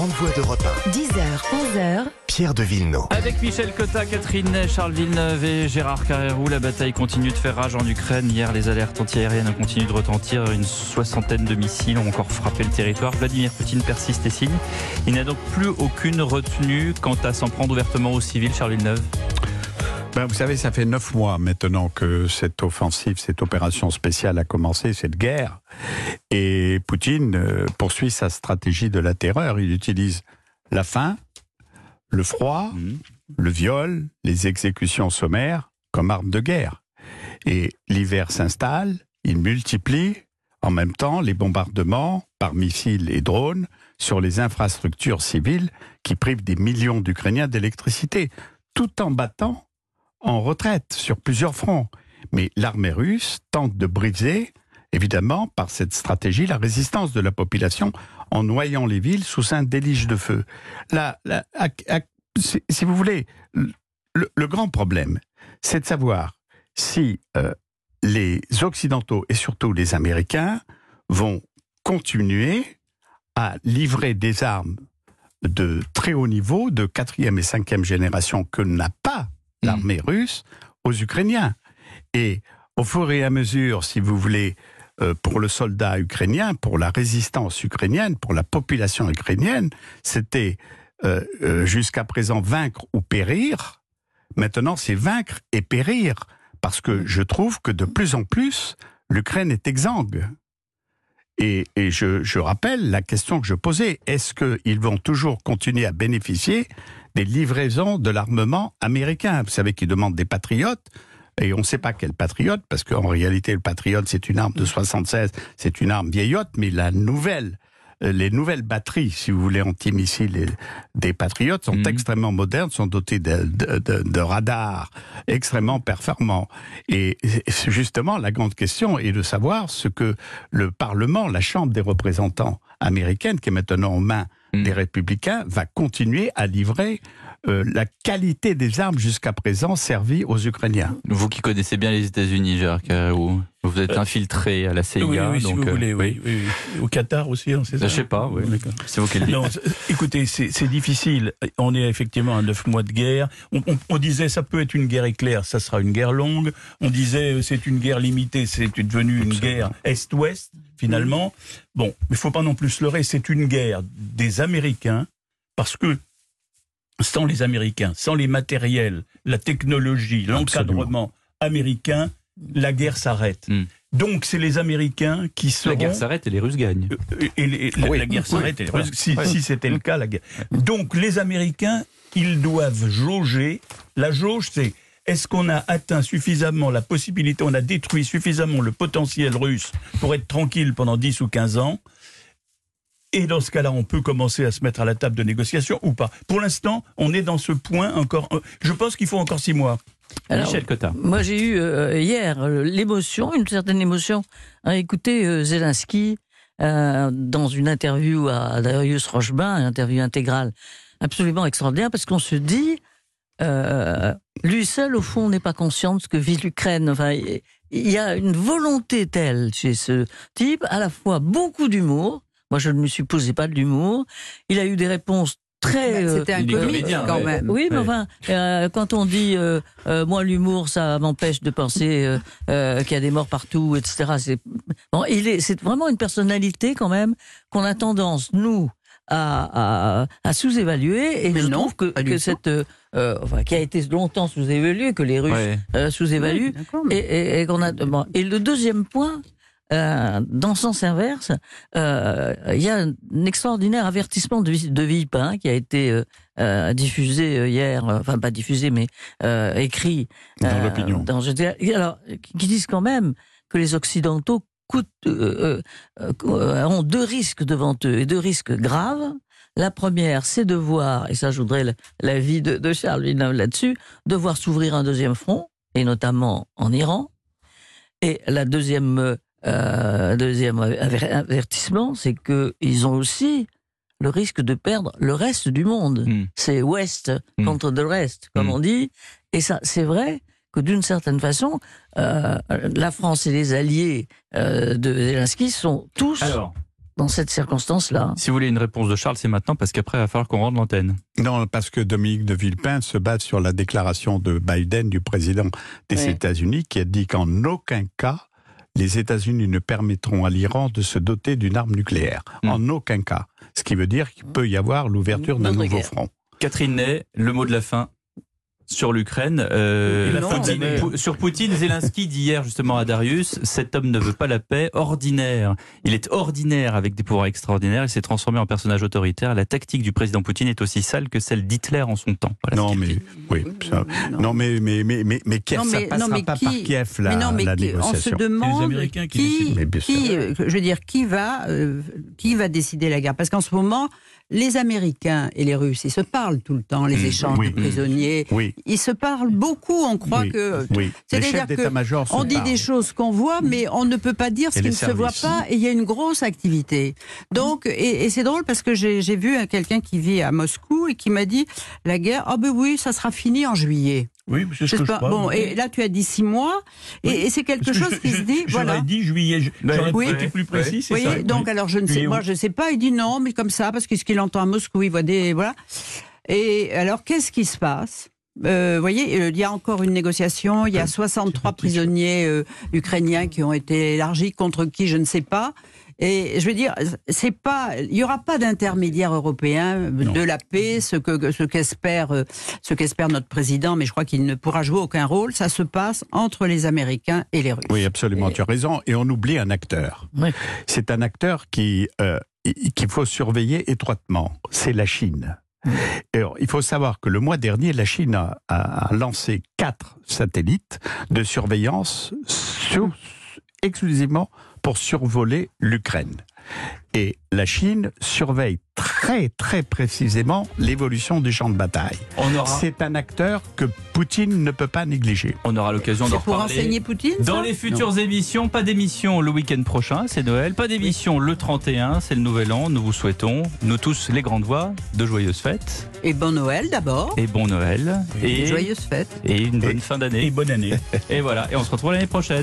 grande voix d'Europe 1. 10h, 11h. Pierre de Villeneuve. Avec Michel Cotta, Catherine Ney, Charles Villeneuve et Gérard Carrérou, la bataille continue de faire rage en Ukraine. Hier, les alertes antiaériennes ont continué de retentir. Une soixantaine de missiles ont encore frappé le territoire. Vladimir Poutine persiste et signe. Il n'a donc plus aucune retenue quant à s'en prendre ouvertement aux civils, Charles Villeneuve. Vous savez, ça fait 9 mois maintenant que cette offensive, cette opération spéciale a commencé, cette guerre. Et Poutine poursuit sa stratégie de la terreur. Il utilise la faim, le froid, le viol, les exécutions sommaires comme armes de guerre. Et l'hiver s'installe, il multiplie en même temps les bombardements par missiles et drones sur les infrastructures civiles qui privent des millions d'Ukrainiens d'électricité, tout en battant en retraite sur plusieurs fronts. Mais l'armée russe tente de briser, évidemment, par cette stratégie, la résistance de la population en noyant les villes sous un déluge de feu. Si vous voulez, le grand problème, c'est de savoir si les Occidentaux et surtout les Américains vont continuer à livrer des armes de très haut niveau, de 4e et 5e génération que n'a pas l'armée russe aux Ukrainiens. Et au fur et à mesure, si vous voulez, pour le soldat ukrainien, pour la résistance ukrainienne, pour la population ukrainienne, c'était jusqu'à présent vaincre ou périr. Maintenant, c'est vaincre et périr, parce que je trouve que de plus en plus, l'Ukraine est exsangue. Et je rappelle la question que je posais, est-ce qu'ils vont toujours continuer à bénéficier des livraisons de l'armement américain? Vous savez qu'ils demandent des patriotes, et on ne sait pas quel patriote, parce qu'en réalité, le patriote, c'est une arme de 76, c'est une arme vieillotte, mais les nouvelles batteries, si vous voulez, antimissiles des patriotes sont extrêmement modernes, sont dotées de radars extrêmement performants. Et justement, la grande question est de savoir ce que le Parlement, la Chambre des représentants américaine, qui est maintenant aux mains des républicains, va continuer à livrer la qualité des armes jusqu'à présent servies aux Ukrainiens. Vous qui connaissez bien les États-Unis, Gérard Carrérou, vous êtes infiltré à la CIA. Oui, donc, si vous voulez, oui. Au Qatar aussi, on sait ça. Je ne sais pas, oui. C'est vous qui le dites. Non, écoutez, c'est difficile. On est effectivement à 9 mois de guerre. On disait ça peut être une guerre éclair, ça sera une guerre longue. On disait c'est une guerre limitée, c'est devenu une guerre Est-Ouest, finalement. Bon, mais il ne faut pas non plus se leurrer, c'est une guerre des Américains, parce que sans les Américains, sans les matériels, la technologie, l'encadrement américain, la guerre s'arrête. Donc c'est les Américains qui seront... La guerre s'arrête et les Russes gagnent. La guerre s'arrête et les Russes... Si c'était le cas, la guerre... Donc les Américains, ils doivent jauger. La jauge, c'est... Est-ce qu'on a atteint suffisamment la possibilité, on a détruit suffisamment le potentiel russe pour être tranquille pendant 10 ou 15 ans? Et dans ce cas-là, on peut commencer à se mettre à la table de négociation ou pas. Pour l'instant, on est dans ce point encore... Je pense qu'il faut encore 6 mois. Alors, Michel Cotta. Moi, j'ai eu hier l'émotion, une certaine émotion, à écouter Zelensky dans une interview à Darius Rochebin, une interview intégrale absolument extraordinaire, parce qu'on se dit, lui seul, au fond, n'est pas conscient de ce que vit l'Ukraine. Enfin, il y a une volonté telle chez ce type, à la fois beaucoup d'humour. Moi, je ne me supposais pas de l'humour. Il a eu des réponses très... C'était un comique, quand même. Oui, mais enfin, quand on dit moi, l'humour, ça m'empêche de penser qu'il y a des morts partout, etc. C'est vraiment une personnalité, quand même, qu'on a tendance, nous, à sous-évaluer. Et je trouve que cette... qui a été longtemps sous-évaluée, que les Russes sous-évaluent. Et et le deuxième point... dans le sens inverse, il y a un extraordinaire avertissement de Villepin qui a été diffusé hier, enfin pas diffusé mais écrit dans l'opinion. Alors, qui disent quand même que les Occidentaux ont 2 risques devant eux, et 2 risques graves. La première, c'est de voir, et ça je voudrais l'avis de Charles Villeneuve là-dessus, de voir s'ouvrir un 2e front, et notamment en Iran. Et la deuxième avertissement, c'est qu'ils ont aussi le risque de perdre le reste du monde. C'est Ouest contre le reste, comme on dit. Et ça, c'est vrai que d'une certaine façon, la France et les alliés de Zelensky sont tous dans cette circonstance-là. Si vous voulez une réponse de Charles, c'est maintenant, parce qu'après, il va falloir qu'on rende l'antenne. Non, parce que Dominique de Villepin se base sur la déclaration de Biden, du président des États-Unis, qui a dit qu'en aucun cas, les États-Unis ne permettront à l'Iran de se doter d'une arme nucléaire. En aucun cas. Ce qui veut dire qu'il peut y avoir l'ouverture d'un nouveau front. Catherine Ney, le mot de la fin sur l'Ukraine. Sur Poutine, Zelensky dit hier justement à Darius, cet homme ne veut pas la paix, ordinaire. Il est ordinaire avec des pouvoirs extraordinaires, il s'est transformé en personnage autoritaire. La tactique du président Poutine est aussi sale que celle d'Hitler en son temps. Voilà non, mais oui, ça, non, mais Kiev, ça passera pas par Kiev la négociation. On se demande qui va décider la guerre, parce qu'en ce moment, les Américains et les Russes, ils se parlent tout le temps, les échanges de prisonniers. Ils se parlent beaucoup, on croit que... C'est-à-dire qu'on dit des choses qu'on voit, mais on ne peut pas dire ce qui ne se voit pas, et il y a une grosse activité. Donc, et c'est drôle parce que j'ai vu quelqu'un qui vit à Moscou et qui m'a dit, la guerre, oui, ça sera fini en juillet. Oui, c'est ce que je crois. Bon, et là, tu as dit 6 mois, et c'est quelque chose qui se dit... J'aurais dit juillet, j'aurais été plus précis, c'est ça. Donc, alors, je ne sais, moi, je ne sais pas, il dit non, mais comme ça, parce que ce qu'il entend à Moscou, il voit des... Voilà. Et alors, qu'est-ce qui se passe ? Vous voyez, il y a encore une négociation, il y a 63 prisonniers ukrainiens qui ont été élargis, contre qui je ne sais pas. Et je veux dire, il n'y aura pas d'intermédiaire européen de la paix, ce qu'espère notre président, mais je crois qu'il ne pourra jouer aucun rôle. Ça se passe entre les Américains et les Russes. Oui, absolument, tu as raison. Et on oublie un acteur. Oui. C'est un acteur qu'il faut surveiller étroitement. C'est la Chine. Alors, il faut savoir que le mois dernier, la Chine a lancé 4 satellites de surveillance exclusivement pour survoler l'Ukraine. Et la Chine surveille très très précisément l'évolution du champ de bataille. C'est un acteur que Poutine ne peut pas négliger. On aura l'occasion d'en reparler. Pour enseigner Poutine, dans les futures émissions. Pas d'émission le week-end prochain, c'est Noël. Pas d'émission le 31, c'est le Nouvel An. Nous vous souhaitons, nous tous les grandes voix, de joyeuses fêtes. Et bon Noël d'abord. Et bon Noël. Et joyeuses fêtes. Et une bonne fin d'année. Et bonne année. Et voilà, et on se retrouve l'année prochaine.